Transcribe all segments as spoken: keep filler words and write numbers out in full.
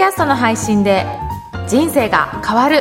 キャストの配信で人生が変わる。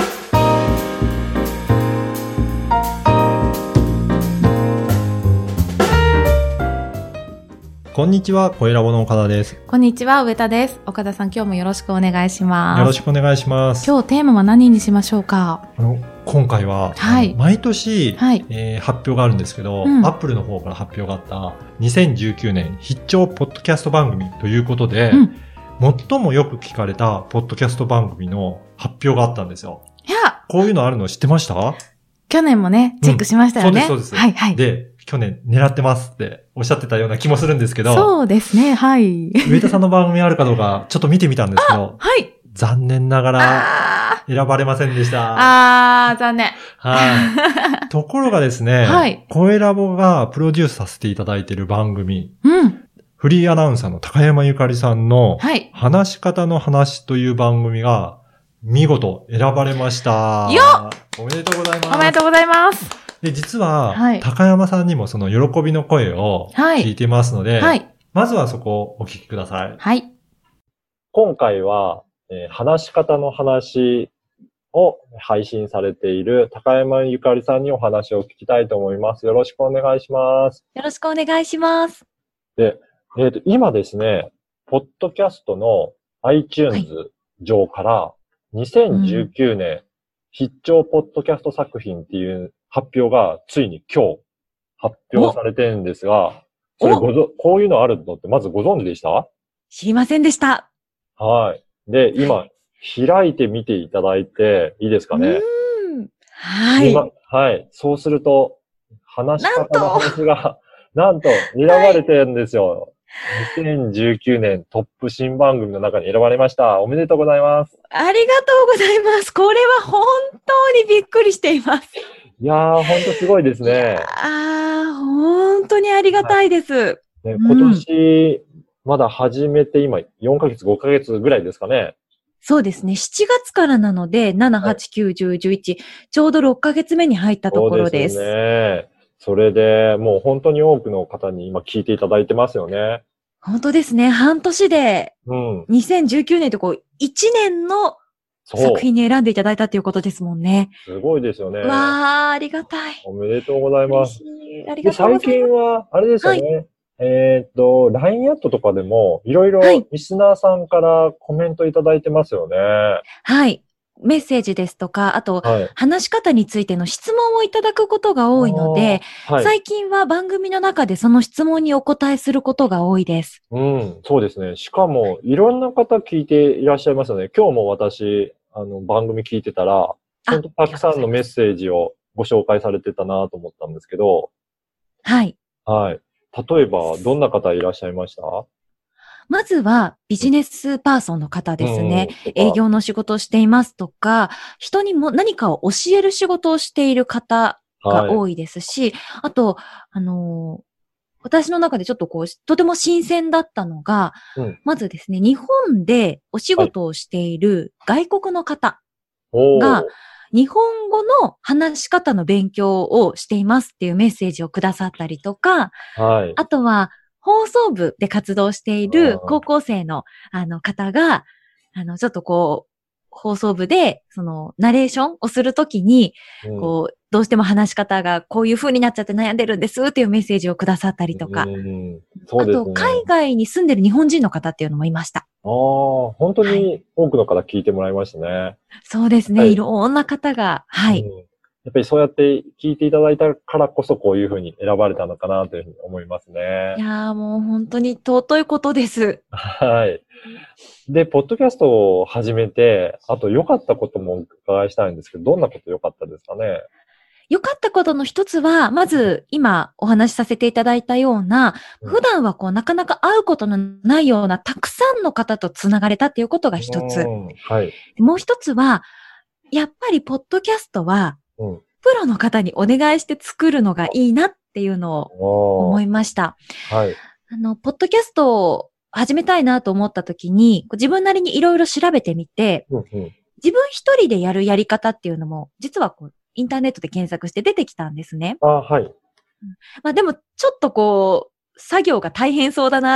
こんにちは、声ラボの岡田です。 こんにちは、上田です。岡田さん、今日もよろしくお願いします。 よろしくお願いします。 今日テーマは何にしましょうか？ あの今回は、はい、毎年、はいえー、発表があるんですけど、うん、アップルの方から発表があったにせんじゅうきゅうねん必聴ポッドキャスト番組ということで、うん、最もよく聞かれたポッドキャスト番組の発表があったんですよ。いや、こういうのあるの知ってました？ 去年もね、チェックしましたよね。 うん、そうです、そうです。はい、はい。で、去年狙ってますっておっしゃってたような気もするんですけど。 そうですね、はい。 上田さんの番組あるかどうかちょっと見てみたんですけど。はい。残念ながら選ばれませんでした。 あー、残念。 はい。ところがですね、はい。声ラボがプロデュースさせていただいている番組。うん。フリーアナウンサーの高山ゆかりさんの、はい。話し方の話という番組が見事選ばれました。 よっ！ おめでとうございます。 おめでとうございます。 で、実は、はい、高山さんにもその喜びの声を聞いてますので、はいはい、まずはそこをお聞きください。はい。今回は、えー、話し方の話を配信されている高山ゆかりさんにお話を聞きたいと思います。よろしくお願いします。 よろしくお願いします。 で、えっと、今ですね、ポッドキャストの iTunes 上からにせんじゅうきゅうねん、うん、必聴ポッドキャスト作品っていう発表がついに今日発表されてるんですが、それごぞ、こういうのあるのってまずご存知でした？ 知りませんでした。 はい。で、今、開いてみていただいていいですかね？ うーん。はい。 今、はい。そうすると、話し方の話が、なんと選ばれてるんですよ。はい、にせんじゅうきゅうねんトップ新番組の中に選ばれました。おめでとうございます。 ありがとうございます。これは本当にびっくりしています。 いやー、ほんとすごいですね。 あー、本当にありがたいです。はいね、今年、うん、まだ始めて今よんかげつ、ごかげつぐらいですかね。 そうですね。しちがつからなので、なな、はち、きゅう、じゅう、じゅういち、ちょうどろっかげつめに入ったところです。 そうですね。それで、もう本当に多くの方に今聞いていただいてますよね。 本当ですね。半年で、うん、にせんじゅうきゅうねんとこう、いちねんの作品に選んでいただいたということですもんね。 すごいですよね。 わー、ありがたい。 おめでとうございます。 ありがとうございます。 最近は、あれですよね。はい、えっと、ライン アットとかでも、いろいろリスナーさんからコメントいただいてますよね。 はい。メッセージですとか、あと、はい、話し方についての質問をいただくことが多いので、はい、最近は番組の中でその質問にお答えすることが多いです。 うん、そうですね。しかも、いろんな方聞いていらっしゃいますよね。今日も私、あの、番組聞いてたら、本当たくさんのメッセージをご紹介されてたなと思ったんですけど。 はい。 はい。例えば、どんな方いらっしゃいました？ まずはビジネスパーソンの方ですね。うん、営業の仕事をしていますとか、人にも何かを教える仕事をしている方が多いですし、はい、あと、あのー、私の中でちょっとこう、とても新鮮だったのが、うん、まずですね、日本でお仕事をしている外国の方が、日本語の話し方の勉強をしていますっていうメッセージをくださったりとか、はい、あとは、放送部で活動している高校生のあの方が、あの、ちょっとこう、放送部で、その、ナレーションをするときに、うん、こう、どうしても話し方がこういう風になっちゃって悩んでるんですっていうメッセージをくださったりとか、うんそうですね、あと、海外に住んでる日本人の方っていうのもいました。 ああ、本当に多くの方聞いてもらいましたね。はい、 そうですね、いろんな方が、はい。うんやっぱりそうやって聞いていただいたからこそこういうふうに選ばれたのかなというふうに思いますね。 いやーもう本当に尊いことです。 はい。で、ポッドキャストを始めて、あと良かったこともお伺いしたいんですけど、どんなこと良かったですかね？ 良かったことの一つは、まず今お話しさせていただいたような、普段はこうなかなか会うことのないようなたくさんの方とつながれたっていうことが一つ。はい。もう一つは、やっぱりポッドキャストは、うん、プロの方にお願いして作るのがいいなっていうのを思いました。はい。あの、ポッドキャストを始めたいなと思った時に、自分なりにいろいろ調べてみて、うんうん、自分一人でやるやり方っていうのも、実はこう、インターネットで検索して出てきたんですね。 あ、はい。 まあでも、ちょっとこう、作業が大変そうだなっ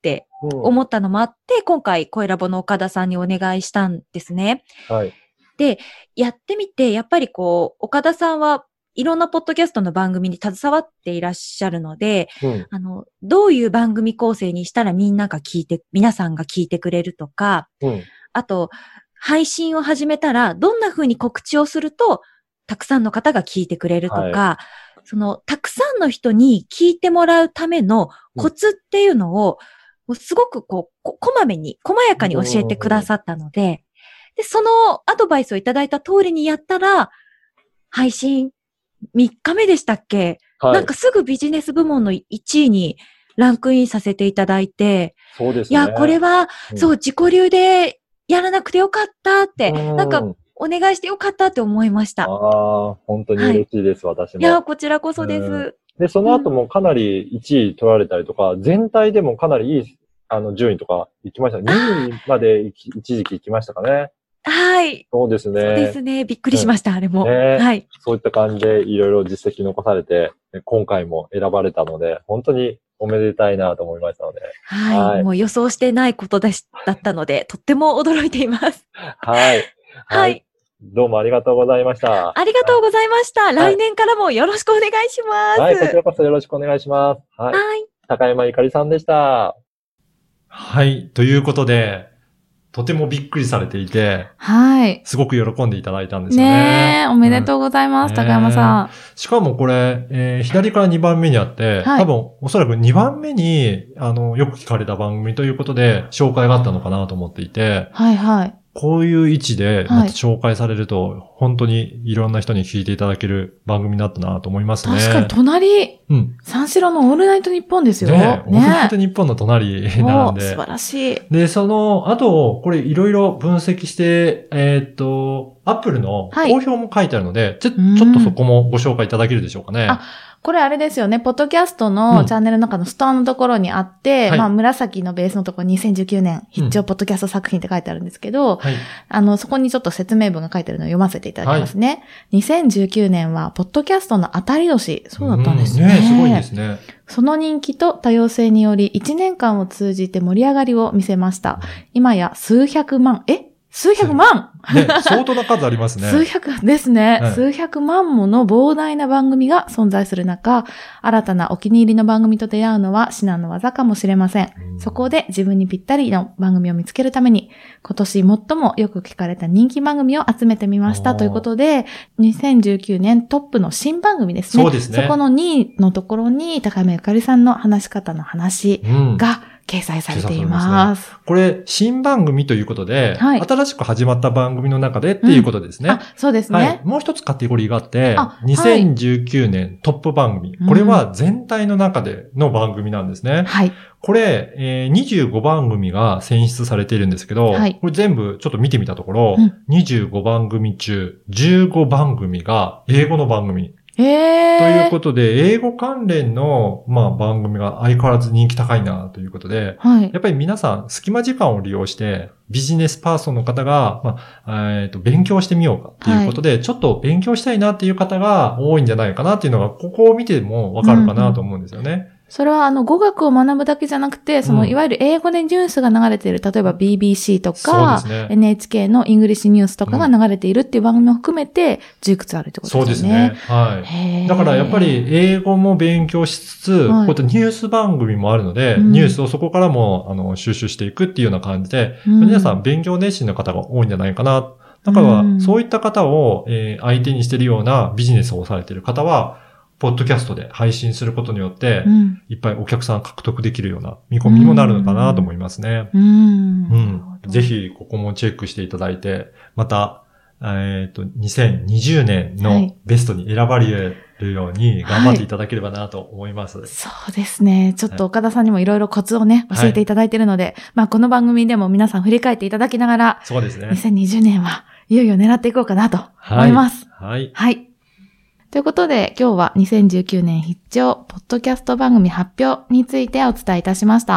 って思ったのもあって、うん、今回声ラボの岡田さんにお願いしたんですね。 はい。 で、やってみて、やっぱりこう、岡田さんはいろんなポッドキャストの番組に携わっていらっしゃるので、うん、あの、どういう番組構成にしたらみんなが聞いて、皆さんが聞いてくれるとか、うん、あと、配信を始めたら、どんな風に告知をすると、たくさんの方が聞いてくれるとか、はい、その、たくさんの人に聞いてもらうためのコツっていうのを、もうすごくこう、こ、こまめに、細やかに教えてくださったので、で、そのアドバイスをいただいた通りにやったら、配信みっかめでしたっけ、はい、なんかすぐビジネス部門のいちいにランクインさせていただいて、 そうですね。 いや、これは、うん、そう、自己流でやらなくてよかったって、んなんか、お願いしてよかったって思いました。 ああ、本当に嬉しいです、はい、私も。 いや、こちらこそです。 で、その後もかなりいちい取られたりとか、うん、全体でもかなりいい、あの、順位とか行きました。にいまで一時期行きましたかね。 はい。 そうですね。 そうですね。びっくりしました、うん、あれも、 ね。 はい。 そういった感じでいろいろ実績残されて、今回も選ばれたので、本当におめでたいなと思いましたので。 はい。はい、もう予想してないことでし、だったので、とっても驚いています。 はい。はい。どうもありがとうございました。 ありがとうございました。はい、来年からもよろしくお願いします。 はい。こちらこそよろしくお願いします。はい。 はい、 高山ゆかりさんでした。はい。ということで、とてもびっくりされていて、 はい。 すごく喜んでいただいたんですよね。 ねえ、おめでとうございます、うん、高山さん。 しかもこれ、えー、左からにばんめにあって、はい、多分おそらくにばんめに、あの、よく聞かれた番組ということで、紹介があったのかなと思っていて、 はいはい。 こういう位置でまた紹介されると、はい、本当にいろんな人に聞いていただける番組になったなと思いますね。 確かに隣、うん、三四郎のオールナイトニッポンですよ。 ね、ね、オールナイトニッポンの隣なんで。 素晴らしい。 で、その後、これいろいろ分析して、えー、っと、アップルの好評も書いてあるので、はい、ちょ、ちょっとそこもご紹介いただけるでしょうかね。 あ、これあれですよね。ポッドキャストのチャンネルの中のストアのところにあって、うん、まあ、紫のベースのところにせんじゅうきゅうねん必聴ポッドキャスト作品って書いてあるんですけど、うんはい、あの、そこにちょっと説明文が書いてあるのを読ませていただきますね。はい、にせんじゅうきゅうねんは、ポッドキャストの当たり年。そうだったんですね。 うん、ね、すごいですね。 その人気と多様性により、いちねんかんを通じて盛り上がりを見せました。今や数百万、え数百万、 ね、相当な数ありますね。 数百ですね、はい。数百万もの膨大な番組が存在する中、新たなお気に入りの番組と出会うのは至難の技かもしれません。うん、そこで自分にぴったりの番組を見つけるために、今年最もよく聞かれた人気番組を集めてみましたということで、にせんじゅうきゅうねんトップの新番組ですね。 そうですね。 そこのにいのところに高山ゆかりさんの話し方の話が、うん掲載されています。 これ、新番組ということで、はい、新しく始まった番組の中でっていうことですね。うん、 あ、そうですね、はい。 もう一つカテゴリーがあって、にせんじゅうきゅうねんトップ番組、はい。これは全体の中での番組なんですね。 はい。 これ、えー、にじゅうごばん組が選出されているんですけど、はい、これ全部ちょっと見てみたところ、うん、にじゅうごばん組中、じゅうごばん組が英語の番組。 へー。 ということで、英語関連の、まあ、番組が相変わらず人気高いなということで、はい、やっぱり皆さん、隙間時間を利用して、ビジネスパーソンの方が、まあ、えっと、勉強してみようかっていうことで、はい、ちょっと勉強したいなっていう方が多いんじゃないかなっていうのが、ここを見てもわかるかなと思うんですよね。うんうん、 それはあの語学を学ぶだけじゃなくて、そのいわゆる英語でニュースが流れている、例えば ビービーシー とか、ね、エヌエイチケー のイングリッシュニュースとかが流れているっていう番組も含めてじゅいくつあるってことですね。 そうですね。はい。だからやっぱり英語も勉強しつつ、はい、こういったニュース番組もあるので、うん、ニュースをそこからもあの収集していくっていうような感じで、うん、皆さん勉強熱心な方が多いんじゃないかな。だから、そういった方を、えー、相手にしているようなビジネスをされている方は、ポッドキャストで配信することによって、うん、いっぱいお客さん獲得できるような見込みにもなるのかなと思いますね。 うん。 うん。ぜひ、ここもチェックしていただいて、また、えっと、にせんにじゅうねんのベストに選ばれるように頑張っていただければなと思います。はい、 そうですね。ちょっと岡田さんにもいろいろコツをね、教えていただいているので、はい、まあこの番組でも皆さん振り返っていただきながら、 そうですね。 にせんにじゅうねんはいよいよ狙っていこうかなと思います。 はい。はい。 はい。ということで、今日はにせんじゅうきゅうねん必聴ポッドキャスト番組発表についてお伝えいたしました。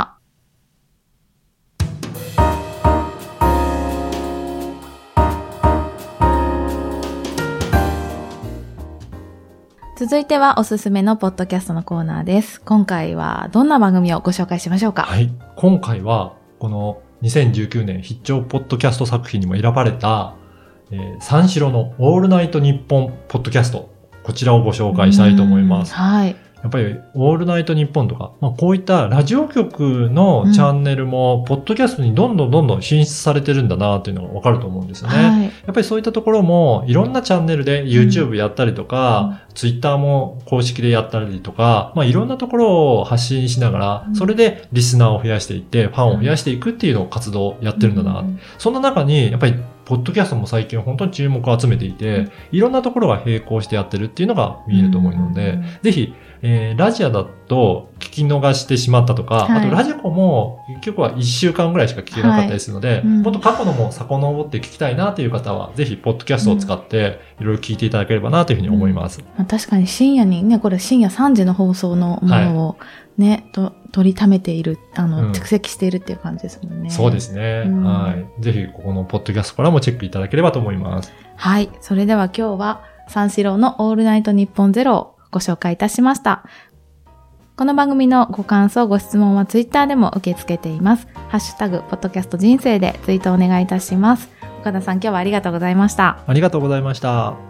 続いてはおすすめのポッドキャストのコーナーです。今回はどんな番組をご紹介しましょうか？ はい。今回は、このにせんじゅうきゅうねん必聴ポッドキャスト作品にも選ばれた、えー、三四郎のオールナイトニッポンポッドキャスト。こちらをご紹介したいと思います。 はい。 やっぱり、オールナイトニッポンとか、まあ、こういったラジオ局のチャンネルも、ポッドキャストにどんどんどんどん進出されてるんだなっていうのがわかると思うんですよね。はい、やっぱりそういったところも、いろんなチャンネルで YouTube やったりとか、うん、Twitter も公式でやったりとか、まあ、いろんなところを発信しながら、それでリスナーを増やしていって、ファンを増やしていくっていうのを活動やってるんだな。うん、そんな中に、やっぱり、ポッドキャストも最近本当に注目を集めていて、いろんなところが並行してやってるっていうのが見えると思うので、ぜひ、えー、ラジオだと聞き逃してしまったとか、はい、あとラジコも結局はいっしゅうかんぐらいしか聞けなかったりするので、はい、うん、もっと過去のも遡って聞きたいなという方は、ぜひポッドキャストを使っていろいろ聞いていただければなというふうに思います。うんまあ、確かに深夜にね、これ深夜さんじの放送のものをね、はい、と取りためている、あの、うん、蓄積しているっていう感じですもんね。 そうですね。うん、はい。ぜひここのポッドキャストからもチェックいただければと思います。 はい。それでは今日は三四郎のオールナイトニッポンゼロをご紹介いたしました。この番組のご感想、ご質問はツイッターでも受け付けています。ハッシュタグ、ポッドキャスト人生でツイートお願いいたします。岡田さん、今日はありがとうございました。 ありがとうございました。